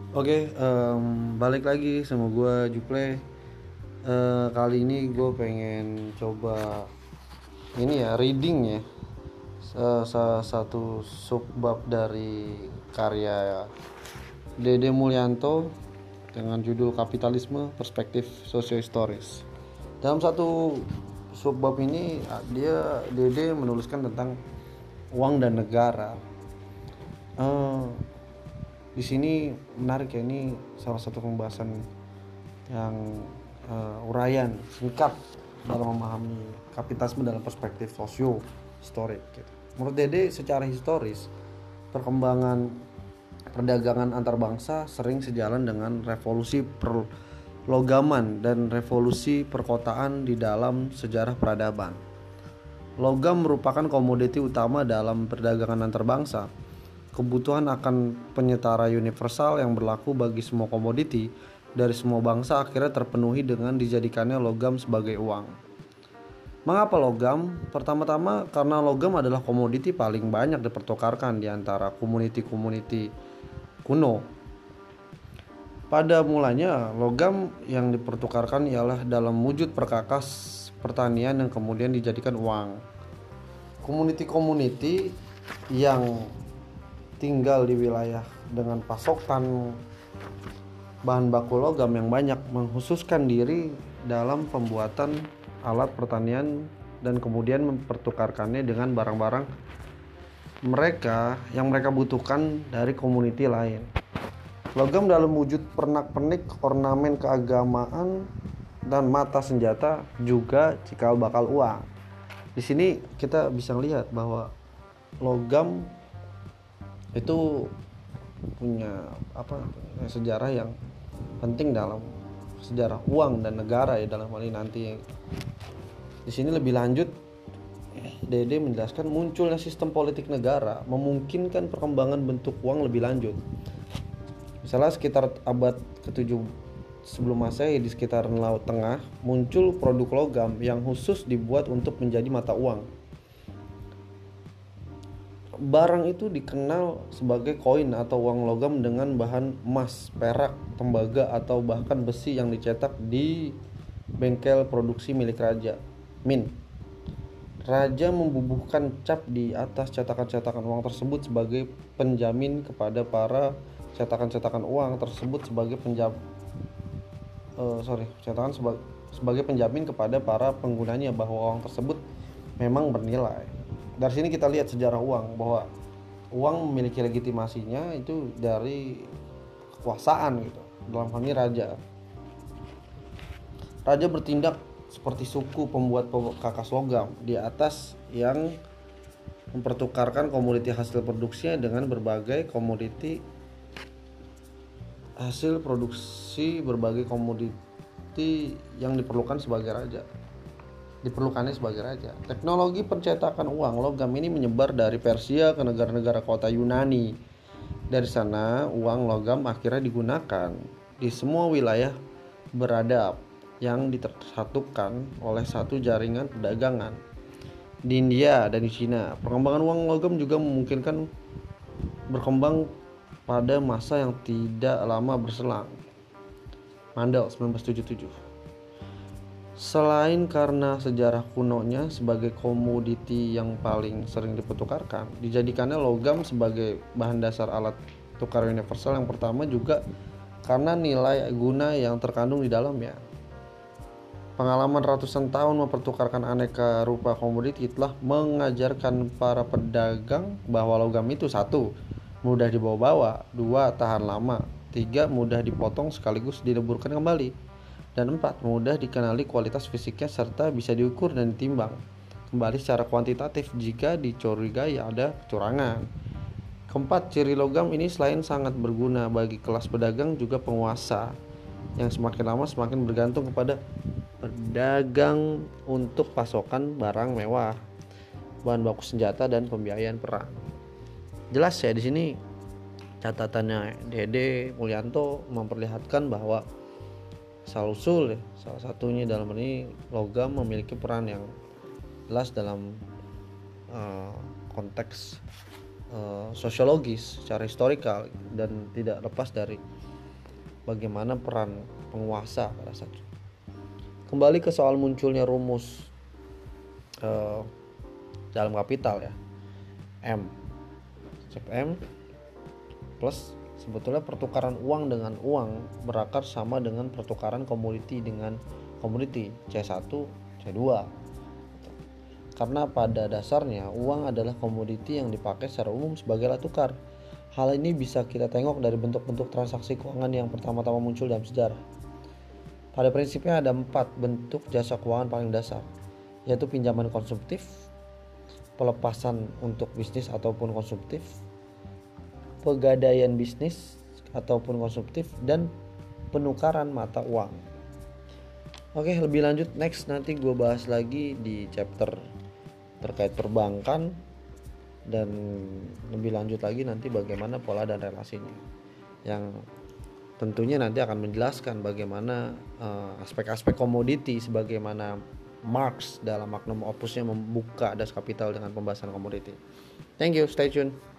Oke, balik lagi sama gue Juple. Kali ini gue pengen coba ini ya, reading ya, salah satu subbab dari karya Dede Mulyanto dengan judul Kapitalisme Perspektif Sosiohistoris. Dalam satu subbab ini Dede menuliskan tentang uang dan negara. Eh, di sini menarik ya, ini salah satu pembahasan yang uraian singkat dalam memahami kapitalisme dalam perspektif sosio historik gitu. Menurut Dede, secara historis perkembangan perdagangan antar bangsa sering sejalan dengan revolusi perlogaman dan revolusi perkotaan di dalam sejarah peradaban. Logam merupakan komoditi utama dalam perdagangan antar bangsa. Kebutuhan akan penyetara universal yang berlaku bagi semua komoditi dari semua bangsa akhirnya terpenuhi dengan dijadikannya logam sebagai uang. Mengapa logam? Pertama-tama karena logam adalah komoditi paling banyak dipertukarkan di antara komuniti-komuniti kuno. Pada mulanya, logam yang dipertukarkan ialah dalam wujud perkakas pertanian yang kemudian dijadikan uang. Komuniti-komuniti yang tinggal di wilayah dengan pasokan bahan baku logam yang banyak menghususkan diri dalam pembuatan alat pertanian dan kemudian mempertukarkannya dengan barang-barang mereka butuhkan dari komuniti lain. Logam dalam wujud pernak-pernik, ornamen keagamaan, dan mata senjata juga cikal bakal uang. Di sini kita bisa lihat bahwa logam itu punya sejarah yang penting dalam sejarah uang dan negara ya dalam hal ini nanti. Di sini lebih lanjut Dede menjelaskan munculnya sistem politik negara memungkinkan perkembangan bentuk uang lebih lanjut. Misalnya sekitar abad ke-7 sebelum Masehi di sekitar Laut Tengah muncul produk logam yang khusus dibuat untuk menjadi mata uang. Barang itu dikenal sebagai koin atau uang logam dengan bahan emas, perak, tembaga atau bahkan besi yang dicetak di bengkel produksi milik raja. Raja membubuhkan cap di atas cetakan-cetakan uang tersebut sebagai penjamin kepada para cetakan-cetakan uang tersebut sebagai penjamin kepada para penggunanya bahwa uang tersebut memang bernilai. Dari sini kita lihat sejarah uang, bahwa uang memiliki legitimasinya itu dari kekuasaan gitu. Dalam hal ini raja bertindak seperti suku pembuat kakas logam di atas yang mempertukarkan komoditi hasil produksinya dengan berbagai komoditi hasil produksi berbagai komoditi yang diperlukannya sebagai raja. Teknologi pencetakan uang logam ini menyebar dari Persia ke negara-negara kota Yunani. Dari sana, uang logam akhirnya digunakan di semua wilayah beradab yang disatukan oleh satu jaringan perdagangan. Di India dan di Cina, perkembangan uang logam juga memungkinkan berkembang pada masa yang tidak lama berselang. Mandel 1977. Selain karena sejarah kunonya sebagai komoditi yang paling sering dipertukarkan, dijadikannya logam sebagai bahan dasar alat tukar universal yang pertama juga karena nilai guna yang terkandung di dalamnya. Pengalaman ratusan tahun mempertukarkan aneka rupa komoditi telah mengajarkan para pedagang bahwa logam itu: satu, mudah dibawa-bawa; dua, tahan lama; tiga, mudah dipotong sekaligus dileburkan kembali; dan empat, mudah dikenali kualitas fisiknya serta bisa diukur dan ditimbang kembali secara kuantitatif jika dicurigai ada kecurangan. Keempat, ciri logam ini selain sangat berguna bagi kelas pedagang juga penguasa yang semakin lama semakin bergantung kepada pedagang untuk pasokan barang mewah, bahan baku senjata dan pembiayaan perang. Jelas ya di sini catatannya Dede Mulyanto memperlihatkan bahwa salah satunya dalam ini logam memiliki peran yang jelas dalam konteks sosiologis secara historikal dan tidak lepas dari bagaimana peran penguasa pada saat itu. Kembali ke soal munculnya rumus dalam kapital ya, M plus sebetulnya pertukaran uang dengan uang berakar sama dengan pertukaran komoditi dengan komoditi, C1 C2. Karena pada dasarnya uang adalah komoditi yang dipakai secara umum sebagai alat tukar. Hal ini bisa kita tengok dari bentuk-bentuk transaksi keuangan yang pertama-tama muncul dalam sejarah. Pada prinsipnya ada 4 bentuk jasa keuangan paling dasar, yaitu pinjaman konsumtif, pelepasan untuk bisnis ataupun konsumtif, pegadaian bisnis ataupun konsumtif, dan penukaran mata uang. Oke, lebih lanjut next nanti gue bahas lagi di chapter terkait perbankan, dan lebih lanjut lagi nanti bagaimana pola dan relasinya, yang tentunya nanti akan menjelaskan bagaimana aspek-aspek komoditi sebagaimana Marx dalam magnum opusnya membuka Das Kapital dengan pembahasan komoditi. Thank you, stay tune.